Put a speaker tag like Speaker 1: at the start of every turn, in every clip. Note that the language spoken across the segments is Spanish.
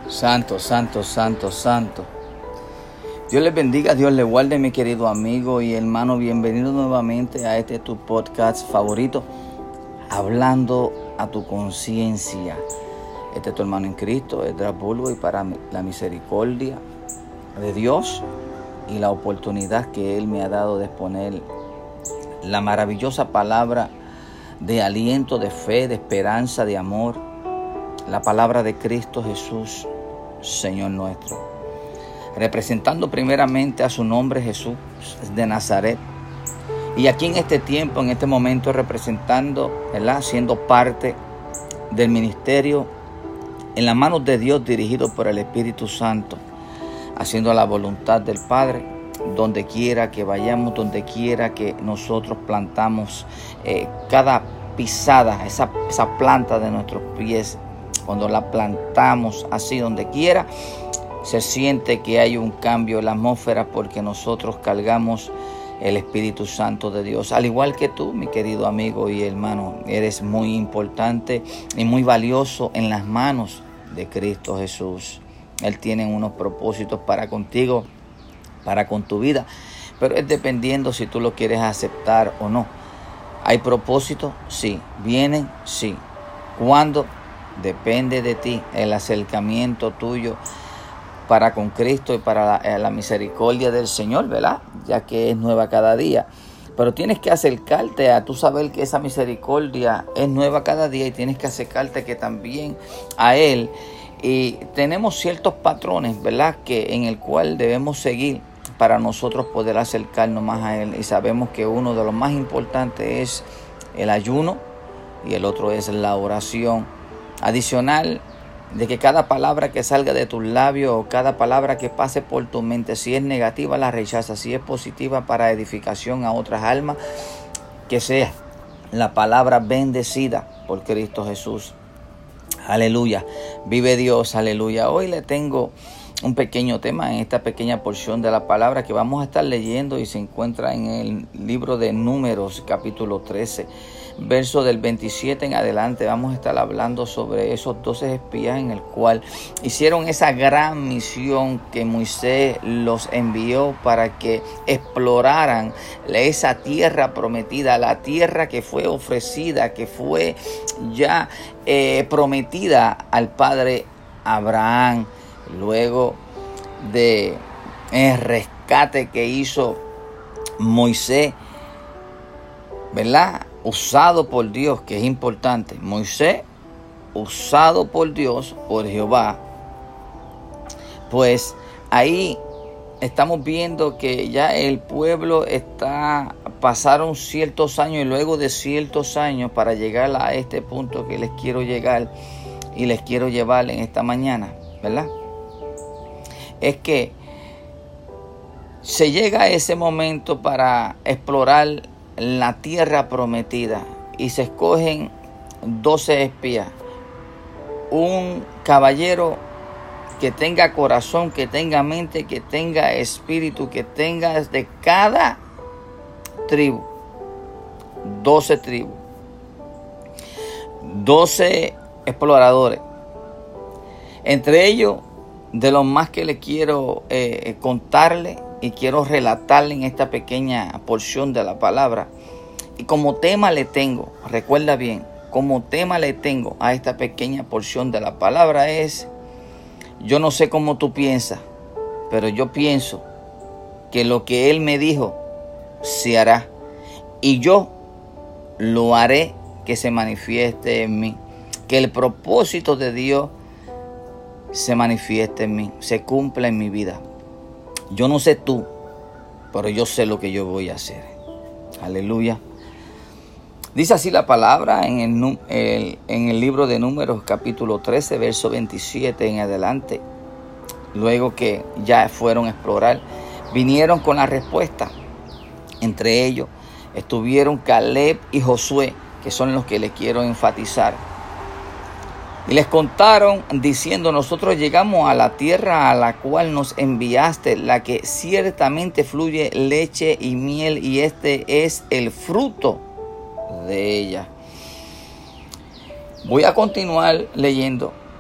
Speaker 1: Santo, santo, santo, santo. Dios les bendiga, Dios les guarde, mi querido amigo y hermano. Bienvenido nuevamente a este tu podcast favorito, Hablando a tu conciencia. Este es tu hermano en Cristo, Esdras Bulbo, y para la misericordia de Dios y la oportunidad que Él me ha dado de exponer la maravillosa palabra de aliento, de fe, de esperanza, de amor, la palabra de Cristo Jesús, Señor nuestro, representando primeramente a su nombre Jesús de Nazaret, y aquí en este tiempo, en este momento, representando, ¿verdad?, siendo parte del ministerio en las manos de Dios, dirigido por el Espíritu Santo, haciendo la voluntad del Padre, donde quiera que vayamos, donde quiera que nosotros plantamos cada pisada, esa planta de nuestros pies, cuando la plantamos así donde quiera, se siente que hay un cambio en la atmósfera, porque nosotros cargamos el Espíritu Santo de Dios. Al igual que tú, mi querido amigo y hermano, eres muy importante y muy valioso en las manos de Cristo Jesús. Él tiene unos propósitos para contigo, para con tu vida, pero es dependiendo si tú lo quieres aceptar o no. ¿Hay propósitos? Sí. ¿Vienen? Sí. ¿Cuándo? Depende de ti, el acercamiento tuyo para con Cristo y para la misericordia del Señor, ¿verdad? Ya que es nueva cada día. Pero tienes que acercarte a tú saber que esa misericordia es nueva cada día, y tienes que acercarte que también a Él. Y tenemos ciertos patrones, ¿verdad?, que en el cual debemos seguir para nosotros poder acercarnos más a Él. Y sabemos que uno de los más importantes es el ayuno y el otro es la oración. Adicional de que cada palabra que salga de tus labios o cada palabra que pase por tu mente, si es negativa la rechazas, si es positiva para edificación a otras almas, que sea la palabra bendecida por Cristo Jesús. Aleluya. Vive Dios, aleluya. Hoy le tengo un pequeño tema en esta pequeña porción de la palabra que vamos a estar leyendo, y se encuentra en el libro de Números, capítulo 13, verso del 27 en adelante. Vamos a estar hablando sobre esos 12 espías en el cual hicieron esa gran misión que Moisés los envió para que exploraran esa tierra prometida, la tierra que fue ofrecida, que fue ya prometida al padre Abraham, luego de el rescate que hizo Moisés, ¿verdad?, usado por Dios, que es importante. Moisés, usado por Dios, por Jehová. Pues ahí estamos viendo que ya el pueblo pasaron ciertos años, y luego de ciertos años, para llegar a este punto que les quiero llegar y les quiero llevar en esta mañana, ¿verdad?, es que se llega a ese momento para explorar la tierra prometida, y se escogen 12 espías, un caballero que tenga corazón, que tenga mente, que tenga espíritu, que tenga de cada tribu, 12 tribus, 12 exploradores. Entre ellos, de los más que le quiero contarle y quiero relatarle en esta pequeña porción de la palabra. Y como tema le tengo, recuerda bien, como tema le tengo a esta pequeña porción de la palabra es: yo no sé cómo tú piensas, pero yo pienso que lo que Él me dijo se hará, y yo lo haré que se manifieste en mí, que el propósito de Dios se manifieste en mí, se cumpla en mi vida. Yo no sé tú, pero yo sé lo que yo voy a hacer. Aleluya. Dice así la palabra en el libro de Números, capítulo 13, verso 27 en adelante. Luego que ya fueron a explorar, vinieron con la respuesta. Entre ellos estuvieron Caleb y Josué, que son los que les quiero enfatizar. Y les contaron diciendo: nosotros llegamos a la tierra a la cual nos enviaste, la que ciertamente fluye leche y miel, y este es el fruto de ella. Voy a continuar leyendo,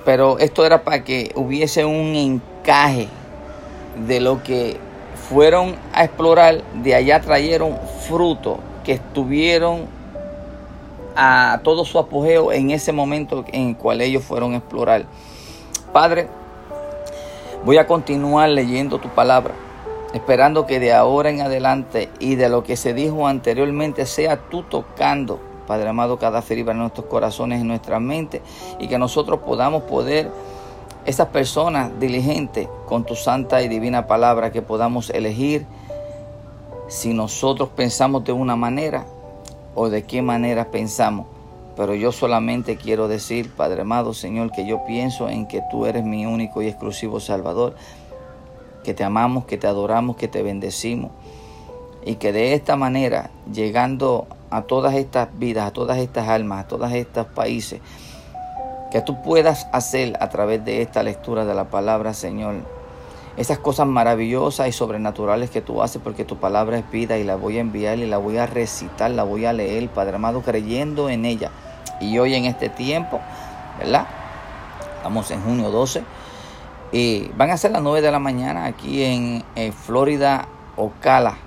Speaker 1: Pero esto era para que hubiese un encaje de lo que fueron a explorar. De allá trajeron fruto que estuvieron a todo su apogeo en ese momento en el cual ellos fueron a explorar. Padre, voy a continuar leyendo tu palabra, esperando que de ahora en adelante y de lo que se dijo anteriormente sea tú tocando, Padre amado, cada fibra en nuestros corazones, en nuestra mente, y que nosotros podamos esas personas diligentes con tu santa y divina palabra, que podamos elegir si nosotros pensamos de una manera o de qué manera pensamos. Pero yo solamente quiero decir, Padre amado, Señor, que yo pienso en que tú eres mi único y exclusivo Salvador, que te amamos, que te adoramos, que te bendecimos, y que de esta manera, llegando a todas estas vidas, a todas estas almas, a todos estos países, que tú puedas hacer a través de esta lectura de la palabra, Señor, esas cosas maravillosas y sobrenaturales que tú haces, porque tu palabra es vida y la voy a enviar y la voy a recitar, la voy a leer, Padre amado, creyendo en ella. Y hoy en este tiempo, ¿verdad? Estamos en junio 12 y van a ser las 9 de la mañana aquí en Florida, Ocala.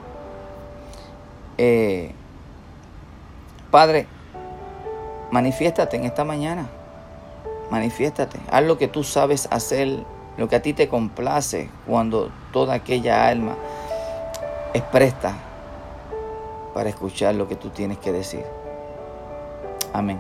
Speaker 1: Padre, manifiéstate en esta mañana. Manifiéstate. Haz lo que tú sabes hacer, lo que a ti te complace, cuando toda aquella alma es presta para escuchar lo que tú tienes que decir. Amén.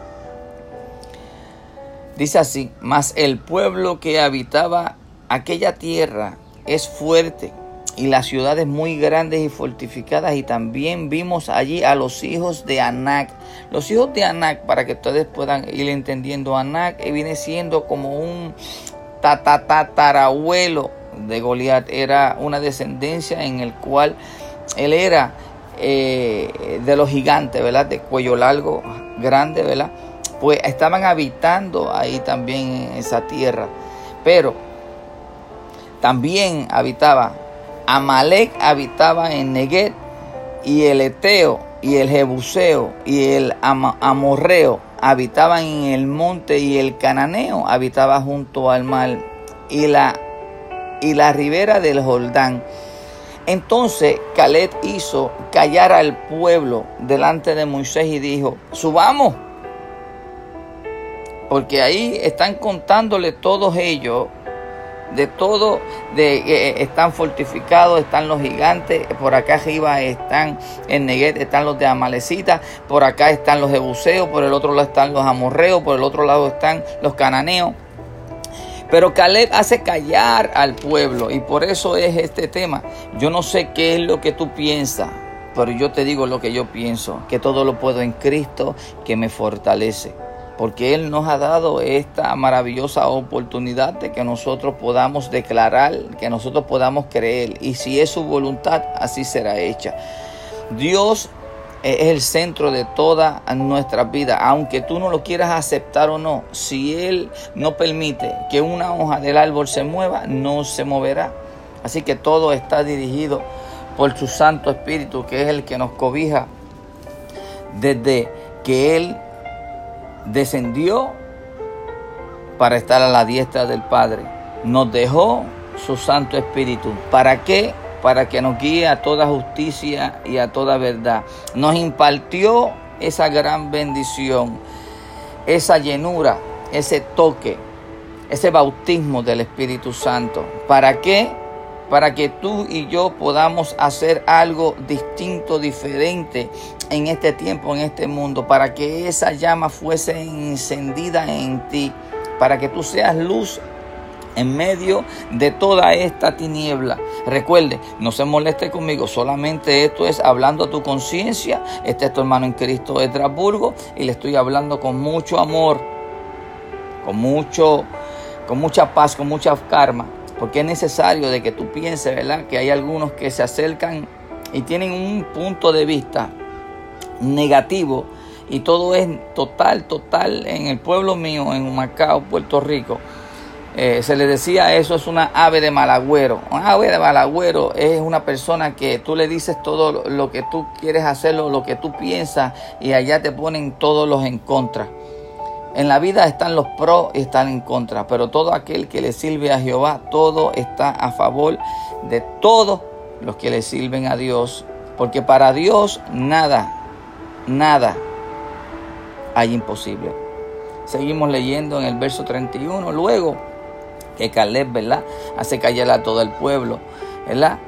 Speaker 1: Dice así: mas el pueblo que habitaba aquella tierra es fuerte, y las ciudades muy grandes y fortificadas, y también vimos allí a los hijos de Anac. Los hijos de Anac, para que ustedes puedan ir entendiendo, Anac viene siendo como un tatarabuelo de Goliat. Era una descendencia en el cual él era de los gigantes, ¿verdad? De cuello largo, grande, ¿verdad? Pues estaban habitando ahí también en esa tierra. Pero también habitaba Amalek, habitaba en Neguet, y el Eteo y el Jebuseo y el Amorreo habitaban en el monte, y el Cananeo habitaba junto al mar y la ribera del Jordán. Entonces Caleb hizo callar al pueblo delante de Moisés y dijo: subamos, porque ahí están contándole todos ellos, de todo, están fortificados, están los gigantes, por acá arriba están en Neguet, están los de Amalecita, por acá están los jebuseos, por el otro lado están los amorreos, por el otro lado están los cananeos. Pero Caleb hace callar al pueblo, y por eso es este tema. Yo no sé qué es lo que tú piensas, pero yo te digo lo que yo pienso, que todo lo puedo en Cristo que me fortalece. Porque Él nos ha dado esta maravillosa oportunidad de que nosotros podamos declarar, que nosotros podamos creer. Y si es su voluntad, así será hecha. Dios es el centro de toda nuestra vida. Aunque tú no lo quieras aceptar o no, si Él no permite que una hoja del árbol se mueva, no se moverá. Así que todo está dirigido por su Santo Espíritu, que es el que nos cobija desde que Él descendió para estar a la diestra del Padre. Nos dejó su Santo Espíritu. ¿Para qué? Para que nos guíe a toda justicia y a toda verdad. Nos impartió esa gran bendición, esa llenura, ese toque, ese bautismo del Espíritu Santo. ¿Para qué? Para que tú y yo podamos hacer algo distinto, diferente en este tiempo, en este mundo, para que esa llama fuese encendida en ti, para que tú seas luz en medio de toda esta tiniebla. Recuerde, no se moleste conmigo, solamente esto es hablando a tu conciencia. Este es tu hermano en Cristo de Estrasburgo, y le estoy hablando con mucho amor, con mucha paz, con mucha calma. Porque es necesario de que tú pienses, ¿verdad?, que hay algunos que se acercan y tienen un punto de vista negativo, y todo es total en el pueblo mío, en Humacao, Puerto Rico. Se le decía, eso es una ave de mal agüero. Un ave de mal agüero es una persona que tú le dices todo lo que tú quieres hacerlo, lo que tú piensas, y allá te ponen todos los en contra. En la vida están los pros y están en contra, pero todo aquel que le sirve a Jehová, todo está a favor de todos los que le sirven a Dios, porque para Dios nada hay imposible. Seguimos leyendo en el verso 31, luego que Caleb, ¿verdad?, hace callar a todo el pueblo, ¿verdad?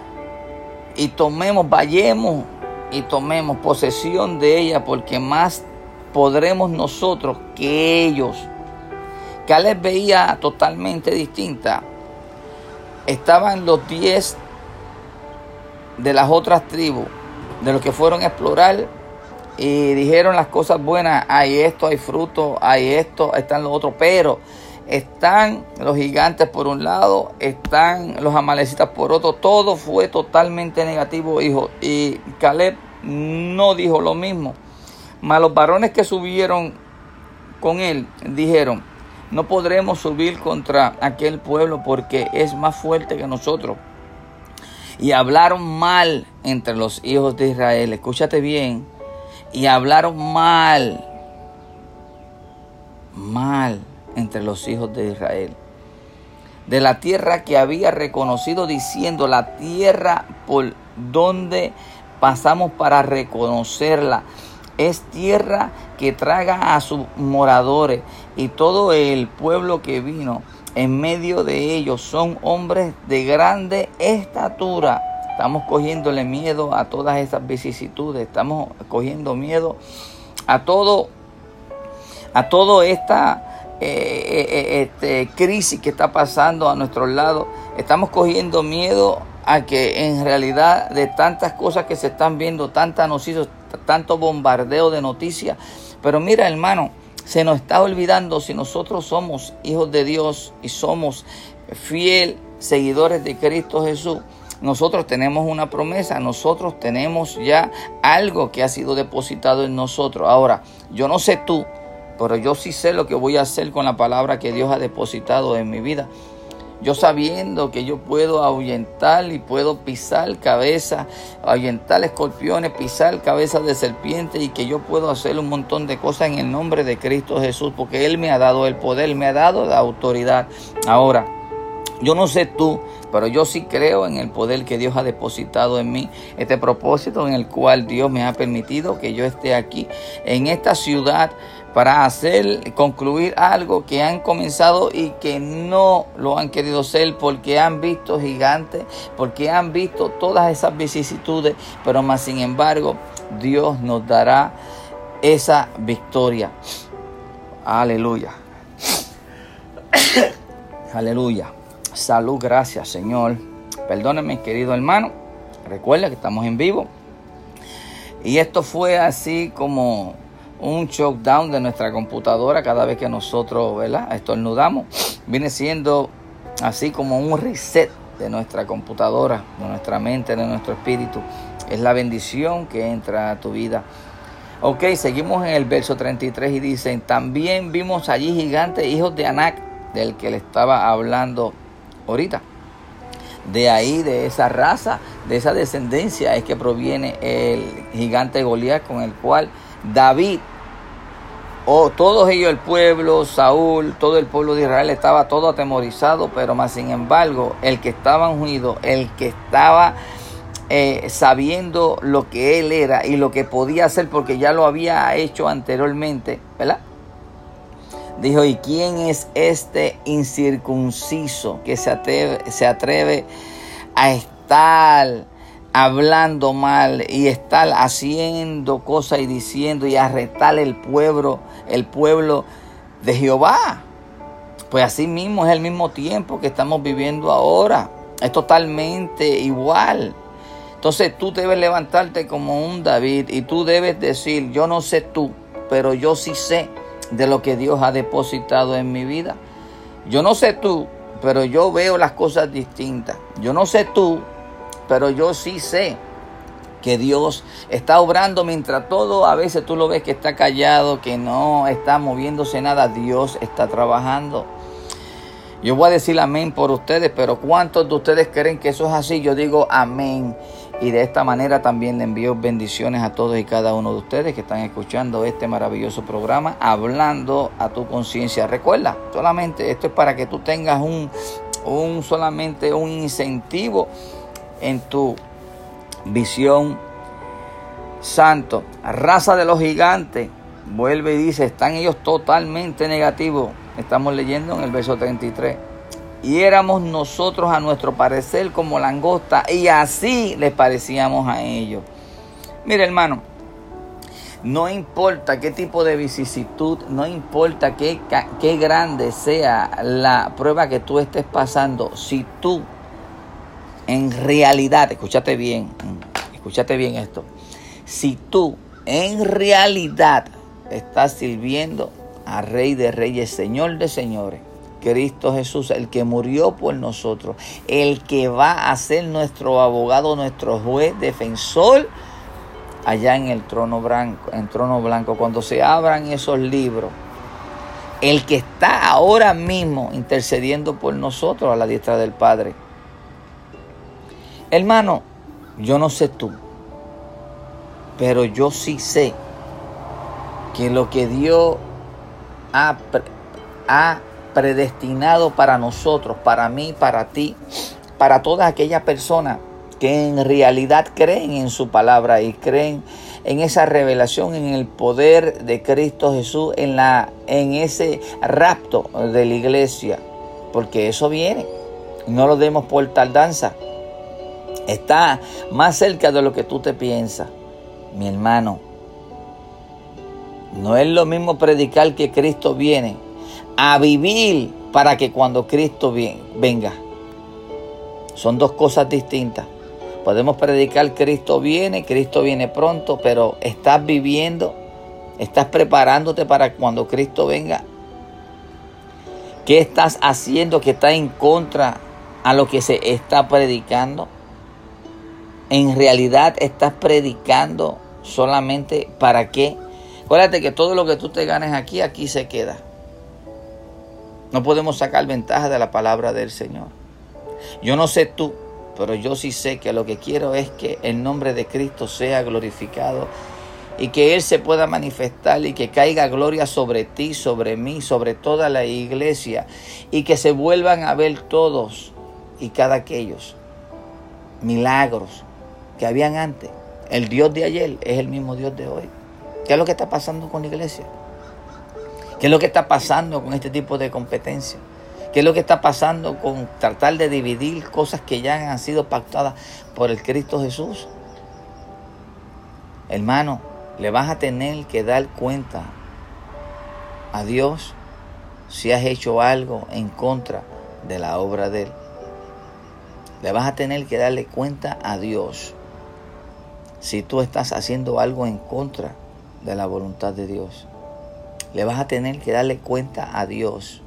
Speaker 1: Vayamos y tomemos posesión de ella, porque más podremos nosotros que ellos. Caleb veía totalmente distinta. Estaban los 10 de las otras tribus, de los que fueron a explorar y dijeron las cosas buenas. Hay esto, hay fruto, hay esto, están los otros, pero están los gigantes por un lado, están los amalecitas por otro. Todo fue totalmente negativo, hijo. Y Caleb no dijo lo mismo. Mas los varones que subieron con él dijeron: no podremos subir contra aquel pueblo porque es más fuerte que nosotros. Y hablaron mal entre los hijos de Israel. Escúchate bien. Y hablaron mal entre los hijos de Israel de la tierra que había reconocido, diciendo: la tierra por donde pasamos para reconocerla es tierra que traga a sus moradores, y todo el pueblo que vino en medio de ellos son hombres de grande estatura. Estamos cogiéndole miedo a todas esas vicisitudes, estamos cogiendo miedo a todo esta crisis que está pasando a nuestro lado. Estamos cogiendo miedo a que en realidad de tantas cosas que se están viendo, tantas noticias, tanto bombardeo de noticias. Pero mira, hermano, se nos está olvidando, si nosotros somos hijos de Dios y somos fiel seguidores de Cristo Jesús, nosotros tenemos una promesa, nosotros tenemos ya algo que ha sido depositado en nosotros. Ahora, yo no sé tú, pero yo sí sé lo que voy a hacer con la palabra que Dios ha depositado en mi vida. Yo sabiendo que yo puedo ahuyentar y puedo pisar cabeza, ahuyentar escorpiones, pisar cabezas de serpiente, y que yo puedo hacer un montón de cosas en el nombre de Cristo Jesús, porque Él me ha dado el poder, me ha dado la autoridad. Ahora, yo no sé tú, pero yo sí creo en el poder que Dios ha depositado en mí, este propósito en el cual Dios me ha permitido que yo esté aquí en esta ciudad para concluir algo que han comenzado y que no lo han querido hacer porque han visto gigantes, porque han visto todas esas vicisitudes, pero más sin embargo Dios nos dará esa victoria. Aleluya. Aleluya. Salud, gracias, Señor. Perdóneme, querido hermano. Recuerda que estamos en vivo. Y esto fue así como un shutdown de nuestra computadora cada vez que nosotros, ¿verdad?, estornudamos. Viene siendo así como un reset de nuestra computadora, de nuestra mente, de nuestro espíritu. Es la bendición que entra a tu vida. Ok, seguimos en el verso 33 y dicen: también vimos allí gigantes, hijos de Anac, del que le estaba hablando ahorita. De ahí, de esa raza, de esa descendencia, es que proviene el gigante Goliat, con el cual David, todos ellos, el pueblo, Saúl, todo el pueblo de Israel estaba todo atemorizado, pero más sin embargo, el que estaba ungido, el que estaba sabiendo lo que él era y lo que podía hacer, porque ya lo había hecho anteriormente, ¿verdad?, dijo: ¿y quién es este incircunciso que se atreve a estar hablando mal y estar haciendo cosas y diciendo y a retar el pueblo de Jehová? Pues así mismo es el mismo tiempo que estamos viviendo ahora. Es totalmente igual. Entonces tú debes levantarte como un David y tú debes decir: yo no sé tú, pero yo sí sé de lo que Dios ha depositado en mi vida. Yo no sé tú, pero yo veo las cosas distintas. Yo no sé tú, pero yo sí sé que Dios está obrando mientras todo a veces tú lo ves que está callado, que no está moviéndose nada. Dios está trabajando. Yo voy a decir amén por ustedes, pero ¿cuántos de ustedes creen que eso es así? Yo digo amén. Y de esta manera también le envío bendiciones a todos y cada uno de ustedes que están escuchando este maravilloso programa, Hablando a tu Conciencia. Recuerda, solamente esto es para que tú tengas solamente un incentivo en tu visión. Santo, raza de los gigantes, vuelve y dice, están ellos totalmente negativos. Estamos leyendo en el verso 33. Y éramos nosotros a nuestro parecer como langosta, y así les parecíamos a ellos. Mira, hermano, no importa qué tipo de vicisitud, no importa qué grande sea la prueba que tú estés pasando, si tú en realidad, escúchate bien esto, si tú en realidad estás sirviendo al Rey de Reyes, Señor de Señores, Cristo Jesús, el que murió por nosotros, el que va a ser nuestro abogado, nuestro juez, defensor, allá en el trono blanco, cuando se abran esos libros, el que está ahora mismo intercediendo por nosotros a la diestra del Padre. Hermano, yo no sé tú, pero yo sí sé que lo que Dios ha predestinado para nosotros, para mí, para ti, para todas aquellas personas que en realidad creen en su palabra y creen en esa revelación, en el poder de Cristo Jesús, en ese rapto de la iglesia, porque eso viene, no lo demos por tardanza, está más cerca de lo que tú te piensas. Mi hermano, no es lo mismo predicar que Cristo viene a vivir para que cuando Cristo venga. Son dos cosas distintas. Podemos predicar Cristo viene pronto, pero estás viviendo, estás preparándote para cuando Cristo venga. ¿Qué estás haciendo que está en contra a lo que se está predicando? En realidad estás predicando solamente para qué. Acuérdate que todo lo que tú te ganes aquí se queda. No podemos sacar ventaja de la palabra del Señor. Yo no sé tú, pero yo sí sé que lo que quiero es que el nombre de Cristo sea glorificado y que Él se pueda manifestar y que caiga gloria sobre ti, sobre mí, sobre toda la iglesia, y que se vuelvan a ver todos y cada aquellos milagros que habían antes. El Dios de ayer es el mismo Dios de hoy. ¿Qué es lo que está pasando con la iglesia? ¿Qué es lo que está pasando con este tipo de competencia? ¿Qué es lo que está pasando con tratar de dividir cosas que ya han sido pactadas por el Cristo Jesús? Hermano, le vas a tener que dar cuenta a Dios si has hecho algo en contra de la obra de Él. Le vas a tener que darle cuenta a Dios si tú estás haciendo algo en contra de la voluntad de Dios. Le vas a tener que darle cuenta a Dios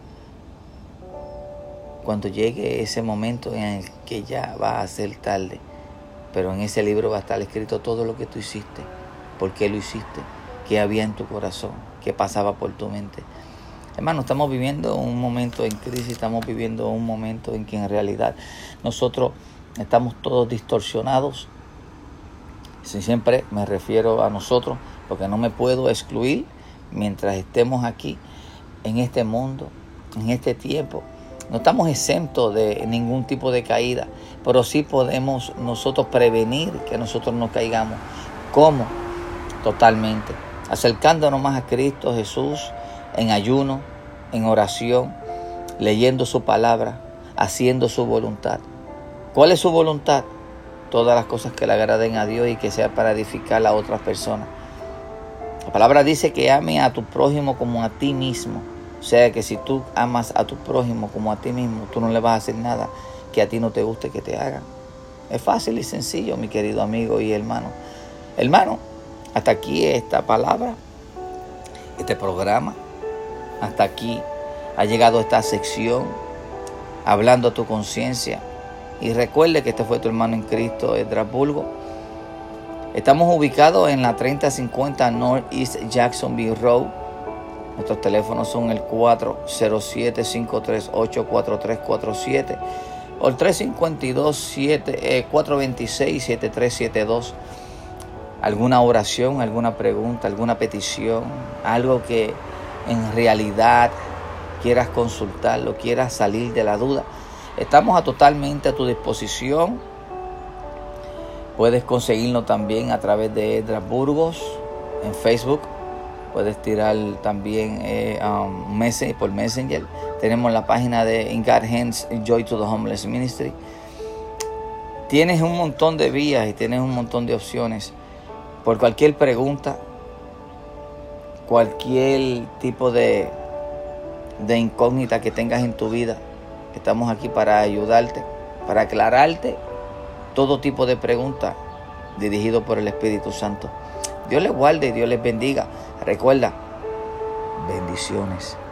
Speaker 1: cuando llegue ese momento en el que ya va a ser tarde. Pero en ese libro va a estar escrito todo lo que tú hiciste, por qué lo hiciste, qué había en tu corazón, qué pasaba por tu mente. Hermano, estamos viviendo un momento en crisis, estamos viviendo un momento en que en realidad nosotros estamos todos distorsionados. Siempre me refiero a nosotros, porque no me puedo excluir mientras estemos aquí, en este mundo, en este tiempo. No estamos exentos de ningún tipo de caída, pero sí podemos nosotros prevenir que nosotros no caigamos. ¿Cómo? Totalmente. Acercándonos más a Cristo Jesús en ayuno, en oración, leyendo su palabra, haciendo su voluntad. ¿Cuál es su voluntad? Todas las cosas que le agraden a Dios y que sea para edificar a otras personas. La palabra dice que ame a tu prójimo como a ti mismo. O sea que si tú amas a tu prójimo como a ti mismo, tú no le vas a hacer nada que a ti no te guste que te hagan. Es fácil y sencillo, mi querido amigo y hermano. Hermano, hasta aquí esta palabra, este programa. Hasta aquí ha llegado esta sección, Hablando a tu Conciencia. Y recuerde que este fue tu hermano en Cristo, Esdras Bulgo. Estamos ubicados en la 3050 North East Jacksonville Road. Nuestros teléfonos son el 407-538-4347. o el 352-426-7372. Alguna oración, alguna pregunta, alguna petición, algo que en realidad quieras consultarlo, quieras salir de la duda. Estamos totalmente a tu disposición. Puedes conseguirnos también a través de Esdras Burgos en Facebook. Puedes tirar también por Messenger. Tenemos la página de In God's Hands, Joy to the Homeless Ministry. Tienes un montón de vías y tienes un montón de opciones. Por cualquier pregunta, cualquier tipo de incógnita que tengas en tu vida, estamos aquí para ayudarte, para aclararte todo tipo de preguntas dirigido por el Espíritu Santo. Dios les guarde y Dios les bendiga. Recuerda, bendiciones.